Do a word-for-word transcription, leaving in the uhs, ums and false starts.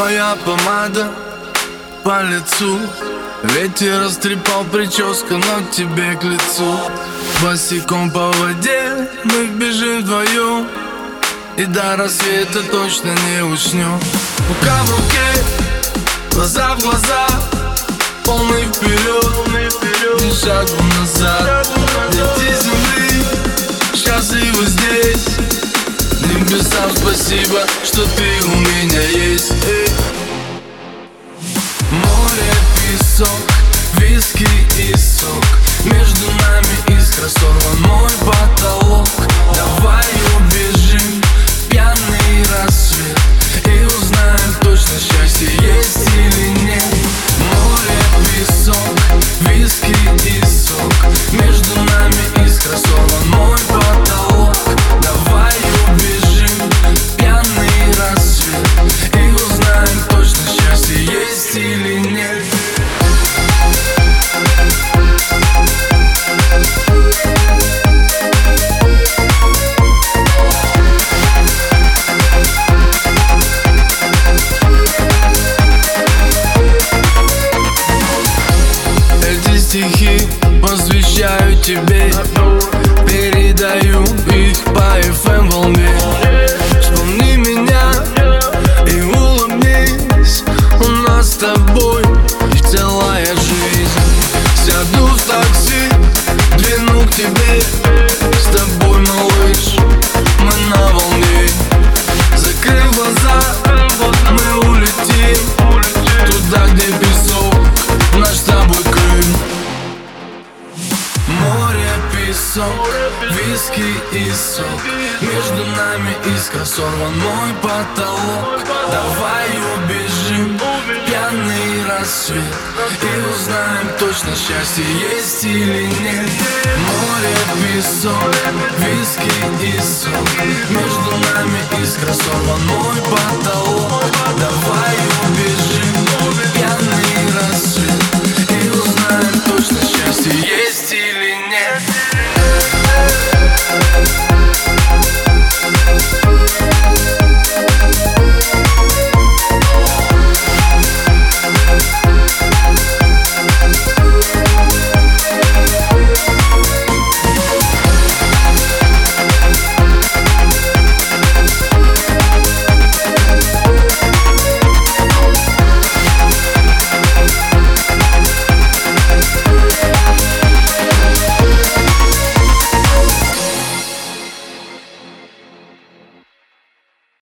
Твоя помада по лицу, ветер растрепал прическу, но тебе к лицу. Босиком по воде мы бежим вдвоем, и до рассвета точно не уснем. Рука в руке, глаза в глаза, полный вперед, ни шагу назад. Дети земли счастливы здесь, небесам спасибо, что ты у меня есть. Эй. Море, песок, виски и сок, между нами искра, сорван мой потолок. Давай убежим в пьяный рассвет и узнаем точно, счастье есть или нет. Море, песок, виски и сок, между нами искра, сорван мой потолок. Давай убежим в пьяный рассвет и узнаем точно, счастье есть или нет. Эти стихи посвящаю тебе, передаю их по эф эм волне. Вспомни меня и улыбнись, у нас с тобой целая жизнь. Сяду в такси, двину к тебе, с тобой, малыш, мы на волне. Закрыв глаза, мы улетим туда, где песок, наш с тобой Крым. Море, песок, виски и сок, между нами искра, сорван мой потолок. Давай убежим в пьяный рассвет и узнаем точно, счастье есть или нет. Море, песок, виски и сок, между нами искра, сорван мой потолок. Давай убежим в пьяный рассвет и узнаем точно, счастье есть или нет.